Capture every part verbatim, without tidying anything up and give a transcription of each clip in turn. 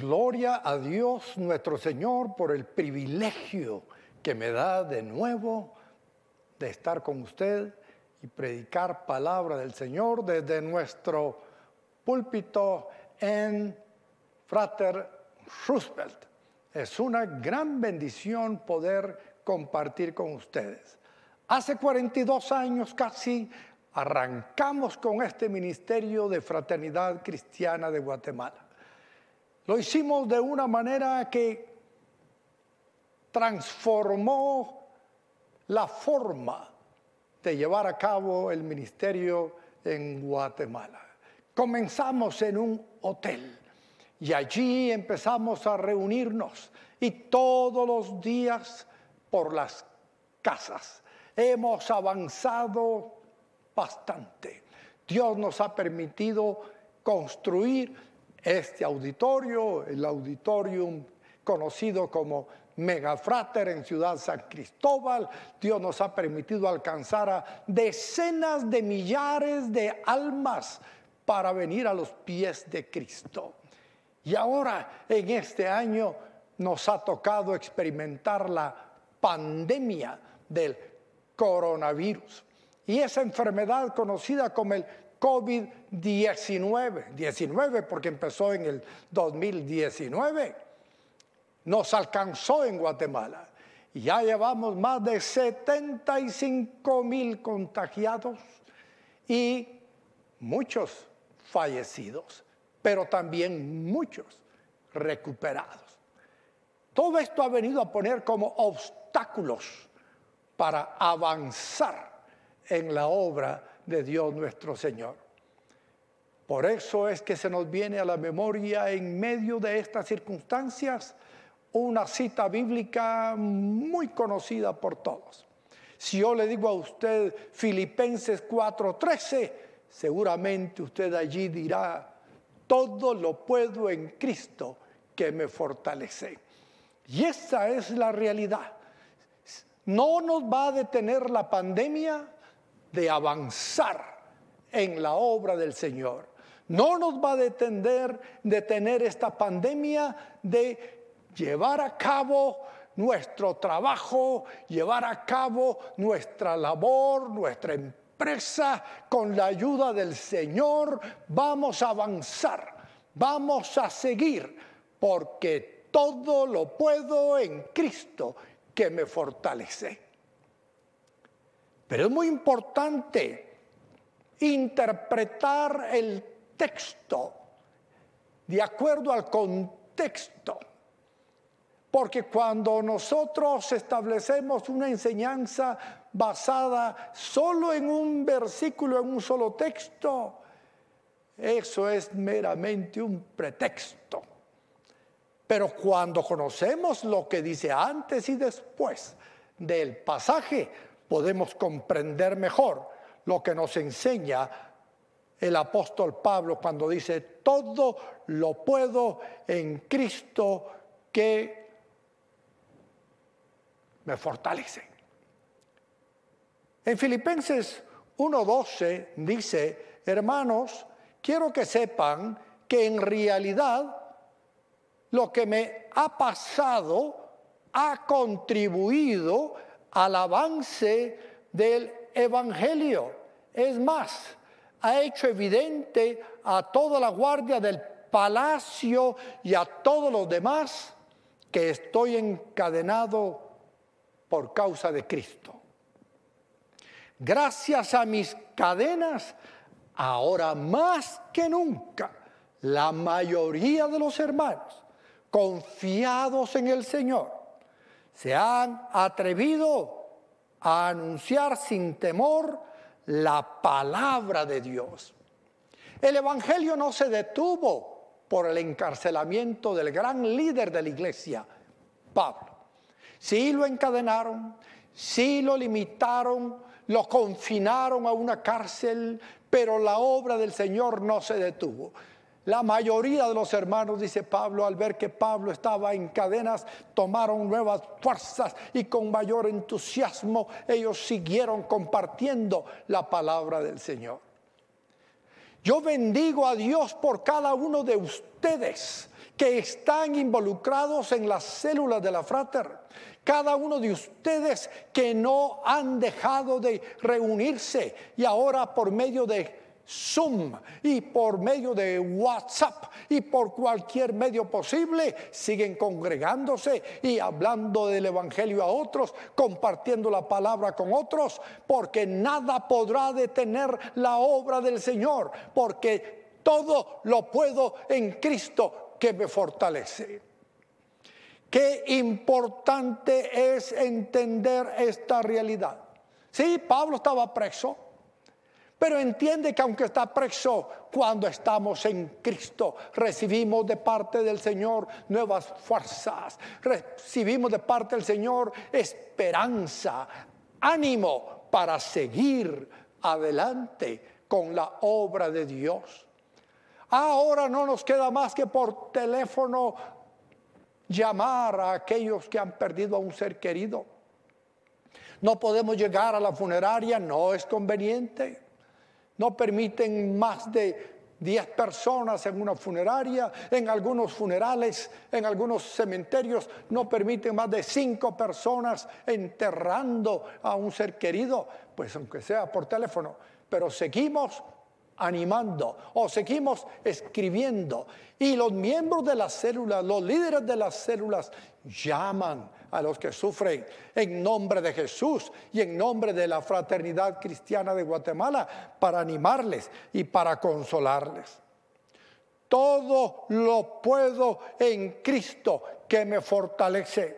Gloria a Dios nuestro Señor por el privilegio que me da de nuevo de estar con usted y predicar palabra del Señor desde nuestro púlpito en Frater Roosevelt. Es una gran bendición poder compartir con ustedes. Hace cuarenta y dos años casi arrancamos con este ministerio de Fraternidad Cristiana de Guatemala. Lo hicimos de una manera que transformó la forma de llevar a cabo el ministerio en Guatemala. Comenzamos en un hotel y allí empezamos a reunirnos y todos los días por las casas. Hemos avanzado bastante. Dios nos ha permitido construir este auditorio, el auditorium conocido como Megafrater en Ciudad San Cristóbal. Dios nos ha permitido alcanzar a decenas de millares de almas para venir a los pies de Cristo. Y ahora, en este año, nos ha tocado experimentar la pandemia del coronavirus. Y esa enfermedad conocida como el COVID diecinueve, diecinueve porque empezó en el dos mil diecinueve, nos alcanzó en Guatemala. Y ya llevamos más de setenta y cinco mil contagiados y muchos fallecidos, pero también muchos recuperados. Todo esto ha venido a poner como obstáculos para avanzar en la obra de Dios nuestro Señor. Por eso es que se nos viene a la memoria en medio de estas circunstancias una cita bíblica muy conocida por todos. Si yo le digo a usted Filipenses cuatro trece, seguramente usted allí dirá: todo lo puedo en Cristo que me fortalece. Y esa es la realidad. No nos va a detener la pandemia de avanzar en la obra del Señor. No nos va a detener, detener esta pandemia de llevar a cabo nuestro trabajo, llevar a cabo nuestra labor, nuestra empresa. Con la ayuda del Señor vamos a avanzar, vamos a seguir, porque todo lo puedo en Cristo que me fortalece. Pero es muy importante interpretar el texto de acuerdo al contexto, porque cuando nosotros establecemos una enseñanza basada solo en un versículo, en un solo texto, eso es meramente un pretexto. Pero cuando conocemos lo que dice antes y después del pasaje, podemos comprender mejor lo que nos enseña el apóstol Pablo cuando dice: todo lo puedo en Cristo que me fortalece. En Filipenses uno doce dice: hermanos, quiero que sepan que en realidad lo que me ha pasado ha contribuido al avance del Evangelio. Es más, ha hecho evidente a toda la guardia del palacio y a todos los demás que estoy encadenado por causa de Cristo. Gracias a mis cadenas, ahora más que nunca, la mayoría de los hermanos, confiados en el Señor, se han atrevido a anunciar sin temor la palabra de Dios. El Evangelio no se detuvo por el encarcelamiento del gran líder de la iglesia, Pablo. Sí lo encadenaron, sí lo limitaron, lo confinaron a una cárcel, pero la obra del Señor no se detuvo. La mayoría de los hermanos, dice Pablo, al ver que Pablo estaba en cadenas, tomaron nuevas fuerzas y con mayor entusiasmo ellos siguieron compartiendo la palabra del Señor. Yo bendigo a Dios por cada uno de ustedes que están involucrados en las células de la Frater, cada uno de ustedes que no han dejado de reunirse y ahora por medio de Zoom y por medio de WhatsApp y por cualquier medio posible siguen congregándose y hablando del evangelio a otros, compartiendo la palabra con otros, porque nada podrá detener la obra del Señor, porque todo lo puedo en Cristo que me fortalece. Qué importante es entender esta realidad. Sí, Pablo estaba preso, pero entiende que aunque está preso, cuando estamos en Cristo, recibimos de parte del Señor nuevas fuerzas, recibimos de parte del Señor esperanza, ánimo para seguir adelante con la obra de Dios. Ahora no nos queda más que por teléfono llamar a aquellos que han perdido a un ser querido. No podemos llegar a la funeraria, no es conveniente. No permiten más de diez personas en una funeraria. En algunos funerales, en algunos cementerios, no permiten más de cinco personas enterrando a un ser querido, pues aunque sea por teléfono. Pero seguimos animando o seguimos escribiendo, y los miembros de las células, los líderes de las células llaman a los que sufren en nombre de Jesús y en nombre de la Fraternidad Cristiana de Guatemala para animarles y para consolarles. Todo lo puedo en Cristo que me fortalece.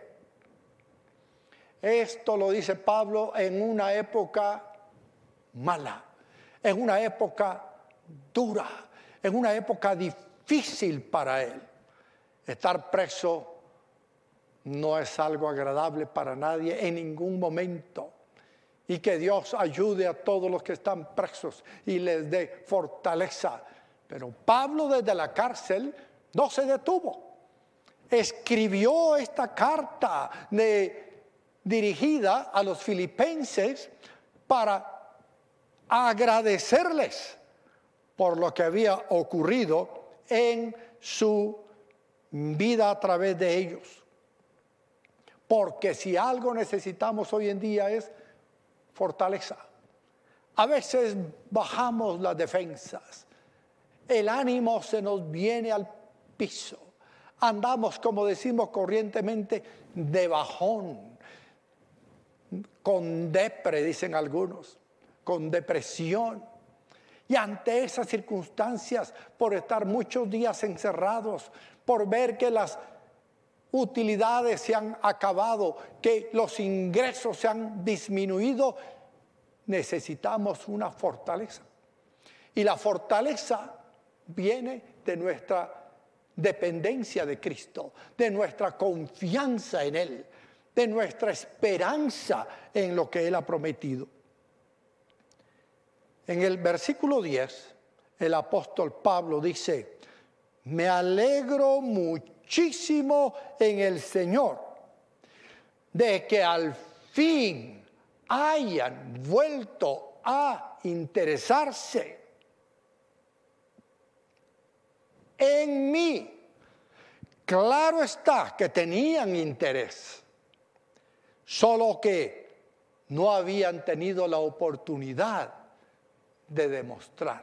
Esto lo dice Pablo en una época mala, en una época dura, en una época difícil para él. Estar preso no es algo agradable para nadie en ningún momento. Y que Dios ayude a todos los que están presos y les dé fortaleza. Pero Pablo desde la cárcel no se detuvo. Escribió esta carta de, dirigida a los filipenses para agradecerles por lo que había ocurrido en su vida a través de ellos. Porque si algo necesitamos hoy en día es fortaleza. A veces bajamos las defensas, el ánimo se nos viene al piso, andamos, como decimos corrientemente, de bajón, con depre, dicen algunos, con depresión. Y ante esas circunstancias, por estar muchos días encerrados, por ver que las utilidades se han acabado, que los ingresos se han disminuido, necesitamos una fortaleza. Y la fortaleza viene de nuestra dependencia de Cristo, de nuestra confianza en Él, de nuestra esperanza en lo que Él ha prometido. En el versículo diez, el apóstol Pablo dice: me alegro muchísimo en el Señor de que al fin hayan vuelto a interesarse en mí. Claro está que tenían interés, solo que no habían tenido la oportunidad de demostrarlo.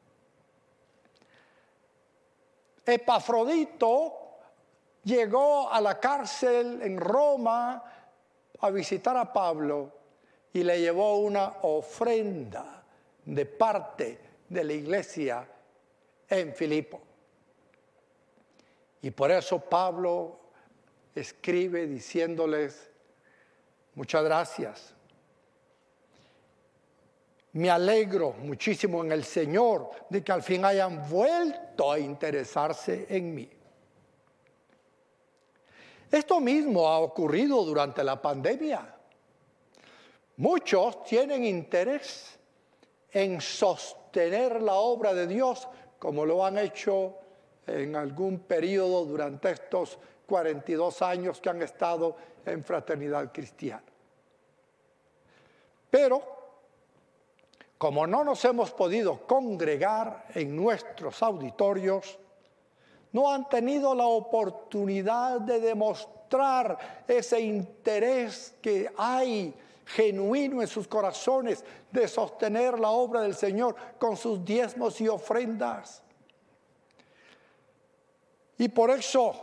Epafrodito llegó a la cárcel en Roma a visitar a Pablo y le llevó una ofrenda de parte de la iglesia en Filipo. Y por eso Pablo escribe diciéndoles: muchas gracias. Me alegro muchísimo en el Señor de que al fin hayan vuelto a interesarse en mí. Esto mismo ha ocurrido durante la pandemia. Muchos tienen interés en sostener la obra de Dios, como lo han hecho en algún periodo durante estos cuarenta y dos años que han estado en Fraternidad Cristiana. Pero como no nos hemos podido congregar en nuestros auditorios, no han tenido la oportunidad de demostrar ese interés que hay genuino en sus corazones de sostener la obra del Señor con sus diezmos y ofrendas. Y por eso,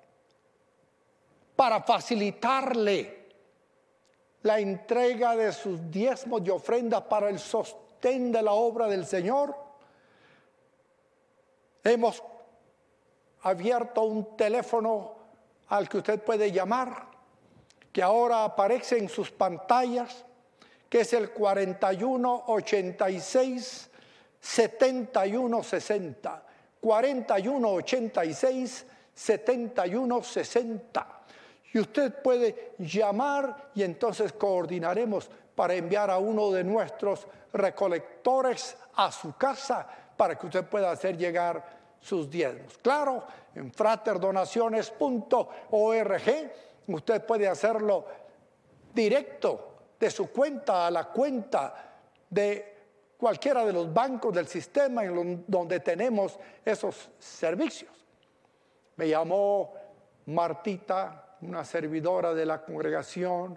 para facilitarle la entrega de sus diezmos y ofrendas para el sostén de la obra del Señor, hemos abierto un teléfono al que usted puede llamar, que ahora aparece en sus pantallas, que es el cuarenta y uno ochenta y seis setenta y uno sesenta. cuarenta y uno ochenta y seis setenta y uno sesenta. Y usted puede llamar y entonces coordinaremos para enviar a uno de nuestros recolectores a su casa para que usted pueda hacer llegar sus diezmos. Claro, en fraterdonaciones punto org usted puede hacerlo directo de su cuenta a la cuenta de cualquiera de los bancos del sistema en donde tenemos esos servicios. Me llamó Martita, una servidora de la congregación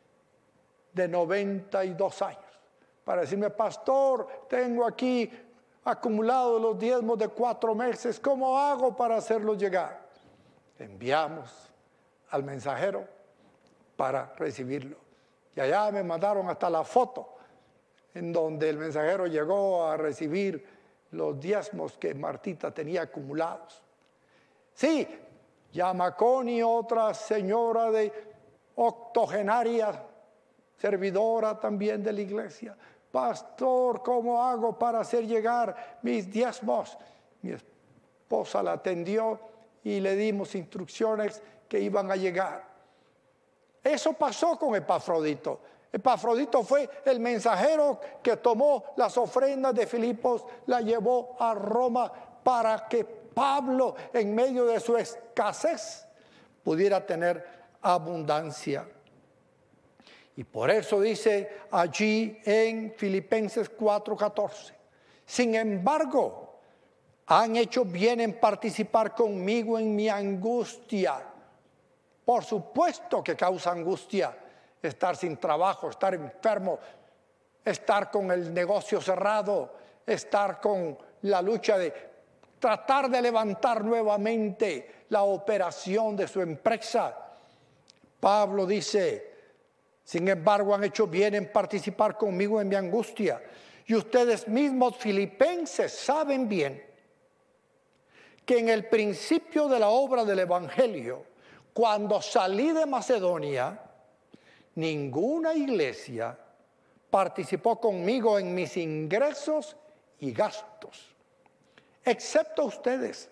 de noventa y dos años, para decirme: pastor, tengo aquí acumulados los diezmos de cuatro meses, ¿cómo hago para hacerlos llegar? Enviamos al mensajero para recibirlo. Y allá me mandaron hasta la foto en donde el mensajero llegó a recibir los diezmos que Martita tenía acumulados. Sí, Yamaconi, otra señora de octogenaria, servidora también de la iglesia: pastor, ¿cómo hago para hacer llegar mis diezmos? Mi esposa la atendió y le dimos instrucciones que iban a llegar. Eso pasó con Epafrodito. Epafrodito fue el mensajero que tomó las ofrendas de Filipos, la llevó a Roma para que Pablo, en medio de su escasez, pudiera tener abundancia. Y por eso dice allí en Filipenses cuatro catorce: sin embargo, han hecho bien en participar conmigo en mi angustia. Por supuesto que causa angustia estar sin trabajo, estar enfermo, estar con el negocio cerrado, estar con la lucha de tratar de levantar nuevamente la operación de su empresa. Pablo dice: sin embargo, han hecho bien en participar conmigo en mi angustia. Y ustedes mismos, filipenses, saben bien que en el principio de la obra del Evangelio, cuando salí de Macedonia, ninguna iglesia participó conmigo en mis ingresos y gastos, excepto ustedes.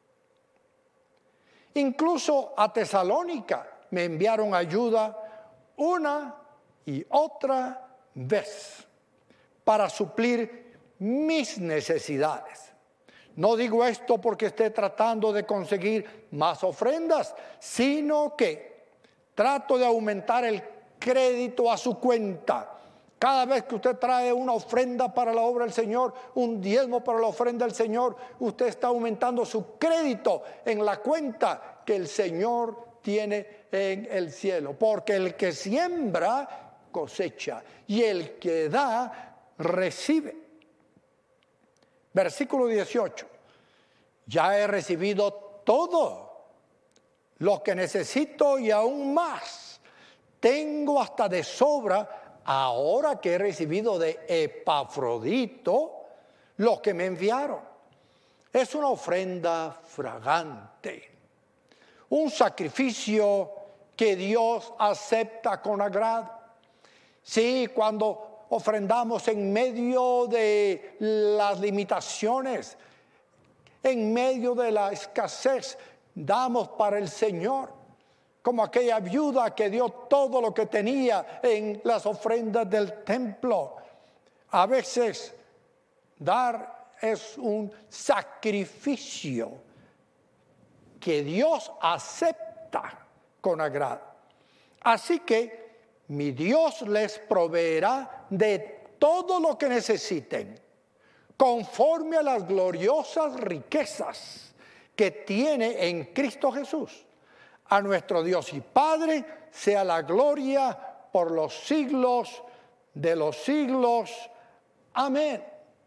Incluso a Tesalónica me enviaron ayuda una y otra vez para suplir mis necesidades. No digo esto porque esté tratando de conseguir más ofrendas, sino que trato de aumentar el crédito a su cuenta. Cada vez que usted trae una ofrenda para la obra del Señor, un diezmo para la ofrenda del Señor, usted está aumentando su crédito en la cuenta que el Señor tiene en el cielo. Porque el que siembra, cosecha, y el que da, recibe. Versículo dieciocho: ya he recibido todo lo que necesito y aún más. Tengo hasta de sobra, ahora que he recibido de Epafrodito lo que me enviaron. Es una ofrenda fragante, un sacrificio que Dios acepta con agrado. Sí, cuando ofrendamos en medio de las limitaciones, en medio de la escasez, damos para el Señor, como aquella viuda que dio todo lo que tenía en las ofrendas del templo. A veces dar es un sacrificio que Dios acepta con agrado. Así que mi Dios les proveerá de todo lo que necesiten, conforme a las gloriosas riquezas que tiene en Cristo Jesús. A nuestro Dios y Padre sea la gloria por los siglos de los siglos. Amén.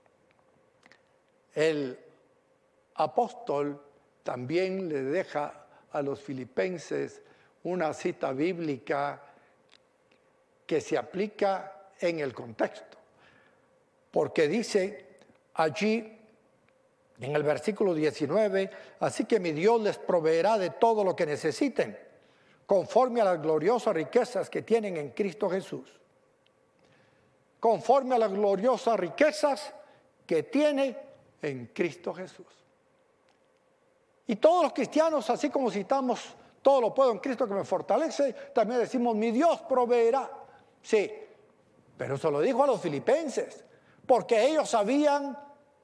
El apóstol también le deja a los filipenses una cita bíblica que se aplica en el contexto, porque dice allí en el versículo diecinueve, así que mi Dios les proveerá de todo lo que necesiten, conforme a las gloriosas riquezas que tienen en Cristo Jesús. Conforme a las gloriosas riquezas que tiene en Cristo Jesús. Y todos los cristianos, así como citamos, todo lo puedo en Cristo que me fortalece, también decimos, mi Dios proveerá. Sí, pero eso lo dijo a los filipenses, porque ellos habían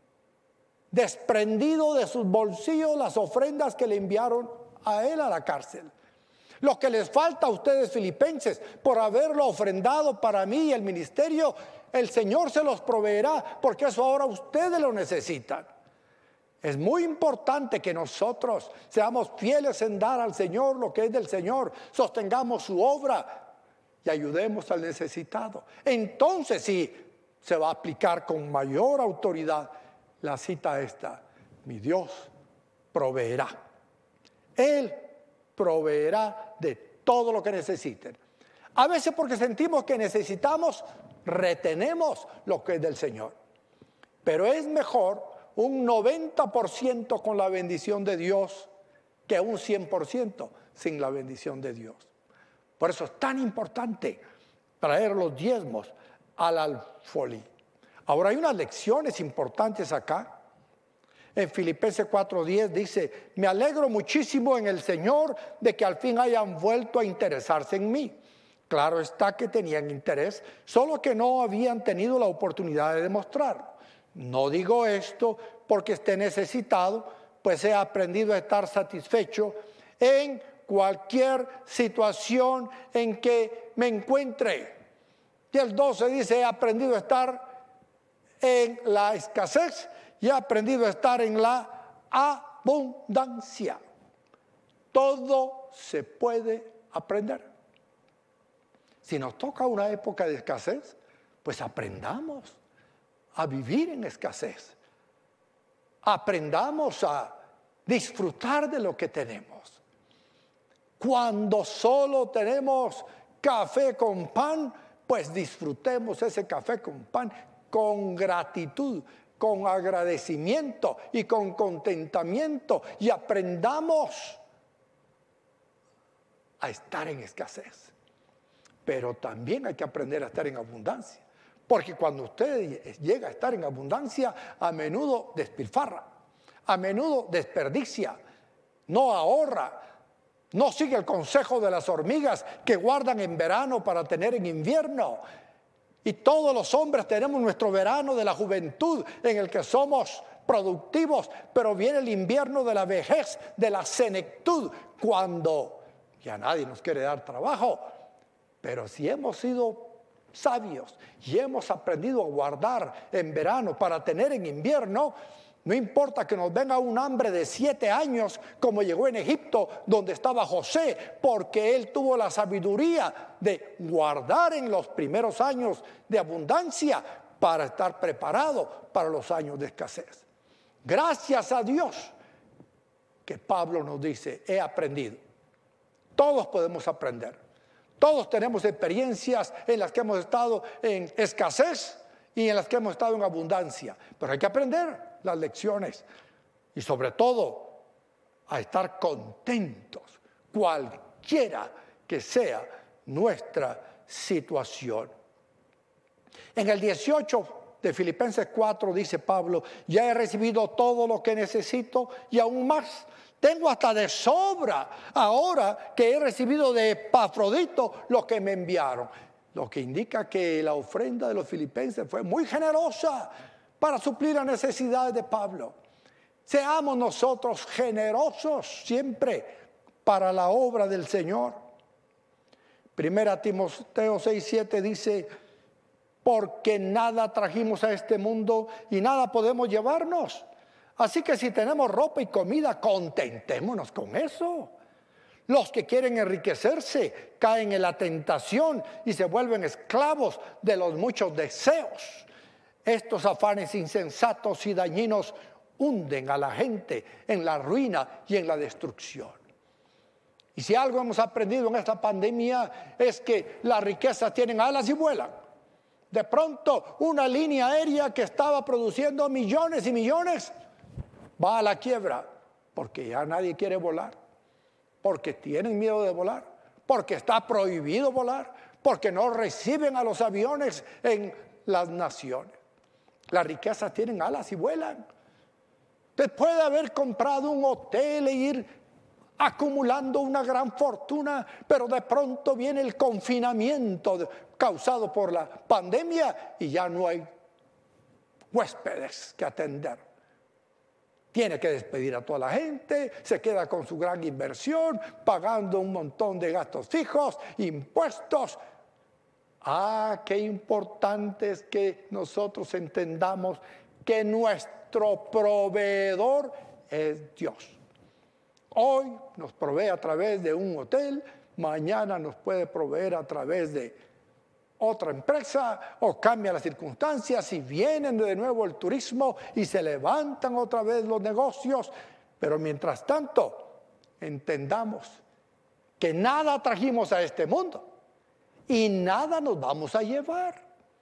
desprendido de sus bolsillos las ofrendas que le enviaron a él a la cárcel. Lo que les falta a ustedes filipenses, por haberlo ofrendado para mí y el ministerio, el Señor se los proveerá, porque eso ahora ustedes lo necesitan. Es muy importante que nosotros seamos fieles en dar al Señor lo que es del Señor, sostengamos su obra y ayudemos al necesitado. Entonces sí se va a aplicar con mayor autoridad la cita esta: mi Dios proveerá. Él proveerá de todo lo que necesiten. A veces porque sentimos que necesitamos, retenemos lo que es del Señor. Pero es mejor un noventa por ciento con la bendición de Dios que un cien por ciento sin la bendición de Dios. Por eso es tan importante traer los diezmos al alfolí. Ahora hay unas lecciones importantes acá. En Filipenses cuatro diez dice, me alegro muchísimo en el Señor de que al fin hayan vuelto a interesarse en mí. Claro está que tenían interés, solo que no habían tenido la oportunidad de demostrarlo. No digo esto porque esté necesitado, pues he aprendido a estar satisfecho en cualquier situación en que me encuentre. Y el doce dice, he aprendido a estar en la escasez y he aprendido a estar en la abundancia. Todo se puede aprender. Si nos toca una época de escasez, pues aprendamos a vivir en escasez. Aprendamos a disfrutar de lo que tenemos. Cuando solo tenemos café con pan, pues disfrutemos ese café con pan con gratitud, con agradecimiento y con contentamiento, y aprendamos a estar en escasez. Pero también hay que aprender a estar en abundancia. Porque cuando usted llega a estar en abundancia, a menudo despilfarra, a menudo desperdicia, no ahorra, no sigue el consejo de las hormigas que guardan en verano para tener en invierno. Y todos los hombres tenemos nuestro verano de la juventud en el que somos productivos, pero viene el invierno de la vejez, de la senectud, cuando ya nadie nos quiere dar trabajo. Pero si hemos sido sabios y hemos aprendido a guardar en verano para tener en invierno, no importa que nos venga un hambre de siete años como llegó en Egipto donde estaba José, porque él tuvo la sabiduría de guardar en los primeros años de abundancia para estar preparado para los años de escasez. Gracias a Dios que Pablo nos dice, he aprendido. Todos podemos aprender. Todos tenemos experiencias en las que hemos estado en escasez y en las que hemos estado en abundancia. Pero hay que aprender las lecciones y sobre todo a estar contentos, cualquiera que sea nuestra situación. En el dieciocho de Filipenses cuatro dice Pablo, ya he recibido todo lo que necesito y aún más. Tengo hasta de sobra ahora que he recibido de Epafrodito lo que me enviaron. Lo que indica que la ofrenda de los filipenses fue muy generosa para suplir las necesidades de Pablo. Seamos nosotros generosos siempre para la obra del Señor. Primera Timoteo seis siete dice, porque nada trajimos a este mundo y nada podemos llevarnos. Así que si tenemos ropa y comida, contentémonos con eso. Los que quieren enriquecerse caen en la tentación y se vuelven esclavos de los muchos deseos. Estos afanes insensatos y dañinos hunden a la gente en la ruina y en la destrucción. Y si algo hemos aprendido en esta pandemia es que las riquezas tienen alas y vuelan. De pronto, una línea aérea que estaba produciendo millones y millones va a la quiebra porque ya nadie quiere volar, porque tienen miedo de volar, porque está prohibido volar, porque no reciben a los aviones en las naciones. Las riquezas tienen alas y vuelan. Usted puede haber comprado un hotel e ir acumulando una gran fortuna, pero de pronto viene el confinamiento causado por la pandemia y ya no hay huéspedes que atender. Tiene que despedir a toda la gente, se queda con su gran inversión, pagando un montón de gastos fijos, impuestos. Ah, qué importante es que nosotros entendamos que nuestro proveedor es Dios. Hoy nos provee a través de un hotel, mañana nos puede proveer a través de otra empresa o cambia las circunstancias y vienen de nuevo el turismo y se levantan otra vez los negocios. Pero mientras tanto, entendamos que nada trajimos a este mundo y nada nos vamos a llevar.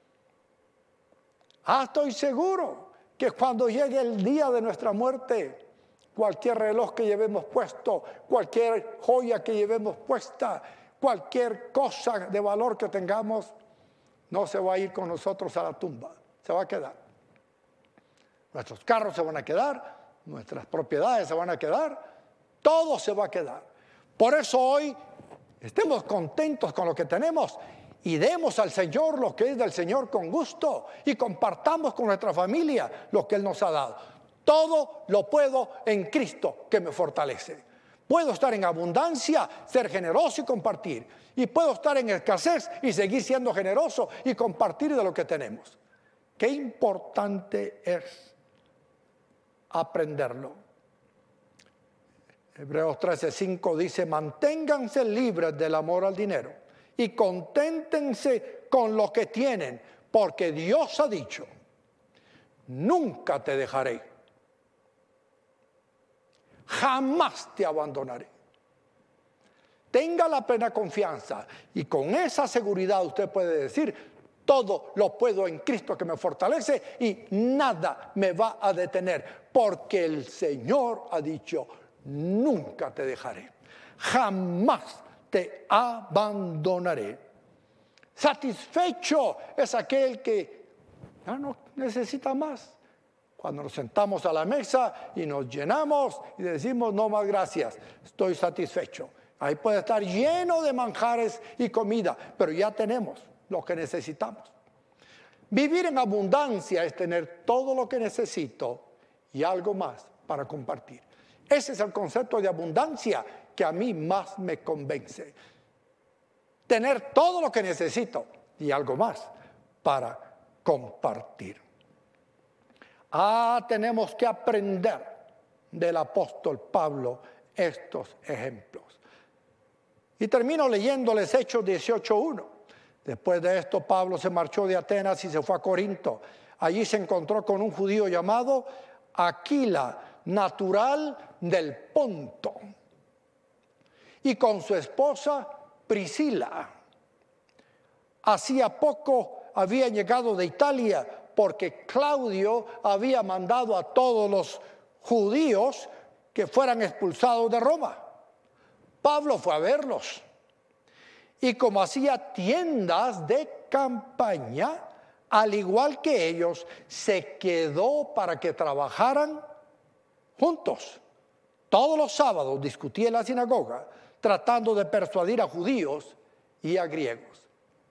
Ah, estoy seguro que cuando llegue el día de nuestra muerte, cualquier reloj que llevemos puesto, cualquier joya que llevemos puesta, cualquier cosa de valor que tengamos, no se va a ir con nosotros a la tumba, se va a quedar. Nuestros carros se van a quedar, nuestras propiedades se van a quedar, todo se va a quedar. Por eso hoy estemos contentos con lo que tenemos y demos al Señor lo que es del Señor con gusto y compartamos con nuestra familia lo que Él nos ha dado. Todo lo puedo en Cristo que me fortalece. Puedo estar en abundancia, ser generoso y compartir. Y puedo estar en escasez y seguir siendo generoso y compartir de lo que tenemos. Qué importante es aprenderlo. Hebreos trece cinco dice: manténganse libres del amor al dinero y conténtense con lo que tienen, porque Dios ha dicho: nunca te dejaré, jamás te abandonaré. Tenga la plena confianza y con esa seguridad usted puede decir: todo lo puedo en Cristo que me fortalece y nada me va a detener, porque el Señor ha dicho: nunca te dejaré, jamás te abandonaré. Satisfecho es aquel que ya no necesita más. Cuando nos sentamos a la mesa y nos llenamos y decimos: no más gracias, estoy satisfecho. Ahí puede estar lleno de manjares y comida, pero ya tenemos lo que necesitamos. Vivir en abundancia es tener todo lo que necesito y algo más para compartir. Ese es el concepto de abundancia que a mí más me convence. Tener todo lo que necesito y algo más para compartir. Ah, tenemos que aprender del apóstol Pablo estos ejemplos. Y termino leyéndoles Hechos dieciocho uno. Después de esto, Pablo se marchó de Atenas y se fue a Corinto. Allí se encontró con un judío llamado Aquila, natural del Ponto, y con su esposa Priscila. Hacía poco había llegado de Italia porque Claudio había mandado a todos los judíos que fueran expulsados de Roma. Pablo fue a verlos y como hacía tiendas de campaña, al igual que ellos, se quedó para que trabajaran juntos. Todos los sábados discutía en la sinagoga, tratando de persuadir a judíos y a griegos.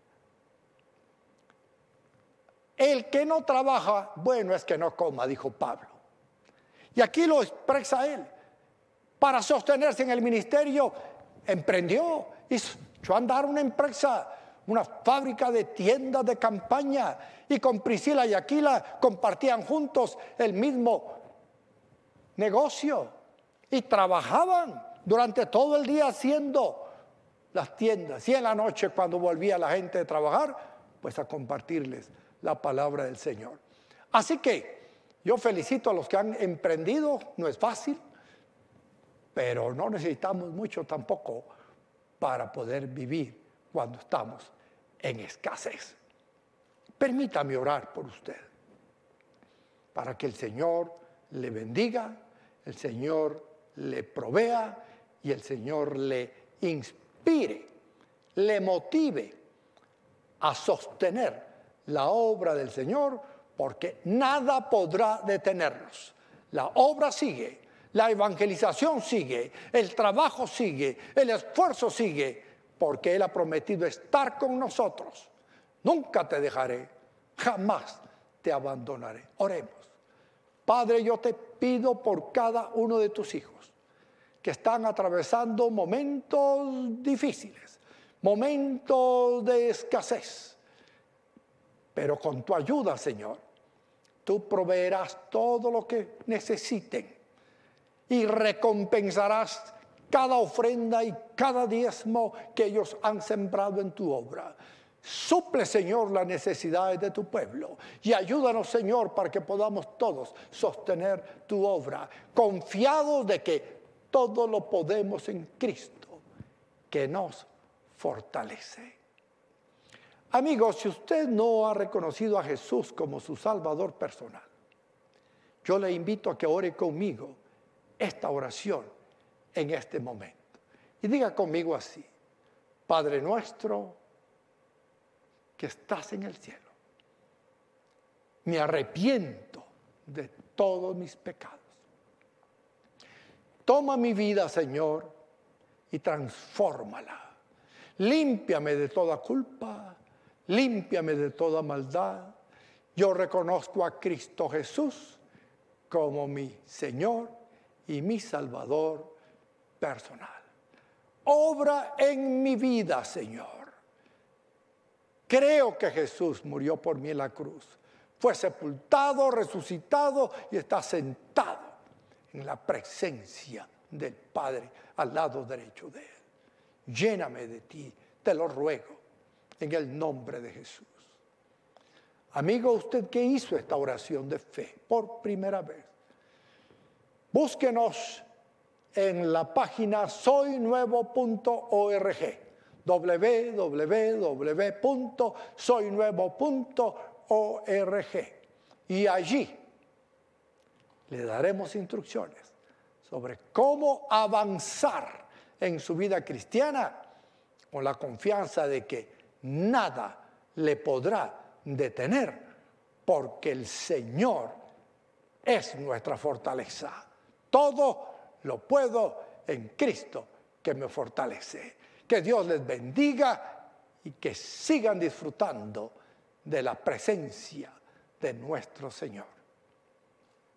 El que no trabaja, bueno, es que no coma, dijo Pablo. Y aquí lo expresa él. Para sostenerse en el ministerio, emprendió, echó a andar una empresa, una fábrica de tiendas de campaña, y con Priscila y Aquila compartían juntos el mismo negocio y trabajaban durante todo el día haciendo las tiendas. Y en la noche, cuando volvía la gente de trabajar, pues a compartirles la palabra del Señor. Así que yo felicito a los que han emprendido. No es fácil, pero no necesitamos mucho tampoco para poder vivir cuando estamos en escasez. Permítame orar por usted, para que el Señor le bendiga, el Señor le provea y el Señor le inspire, le motive a sostener la obra del Señor, porque nada podrá detenernos. La obra sigue, la evangelización sigue, el trabajo sigue, el esfuerzo sigue, porque Él ha prometido estar con nosotros. Nunca te dejaré, jamás te abandonaré. Oremos. Padre, yo te pido por cada uno de tus hijos que están atravesando momentos difíciles, momentos de escasez. Pero con tu ayuda, Señor, tú proveerás todo lo que necesiten y recompensarás cada ofrenda y cada diezmo que ellos han sembrado en tu obra. Suple, Señor, las necesidades de tu pueblo y ayúdanos, Señor, para que podamos todos sostener tu obra, confiados de que todo lo podemos en Cristo, que nos fortalece. Amigos, si usted no ha reconocido a Jesús como su Salvador personal, yo le invito a que ore conmigo esta oración en este momento. Y diga conmigo así: Padre nuestro que estás en el cielo, me arrepiento de todos mis pecados. Toma mi vida, Señor, y transfórmala. Límpiame de toda culpa, límpiame de toda maldad. Yo reconozco a Cristo Jesús como mi Señor y mi Salvador personal. Obra en mi vida, Señor. Creo que Jesús murió por mí en la cruz. Fue sepultado, resucitado y está sentado en la presencia del Padre al lado derecho de Él. Lléname de ti, te lo ruego, en el nombre de Jesús. Amigo, usted que hizo esta oración de fe por primera vez, búsquenos en la página soy nuevo punto org, doble u doble u doble u punto soy nuevo punto org, y allí le daremos instrucciones sobre cómo avanzar en su vida cristiana con la confianza de que nada le podrá detener, porque el Señor es nuestra fortaleza. Todo lo puedo en Cristo que me fortalece. Que Dios les bendiga y que sigan disfrutando de la presencia de nuestro Señor.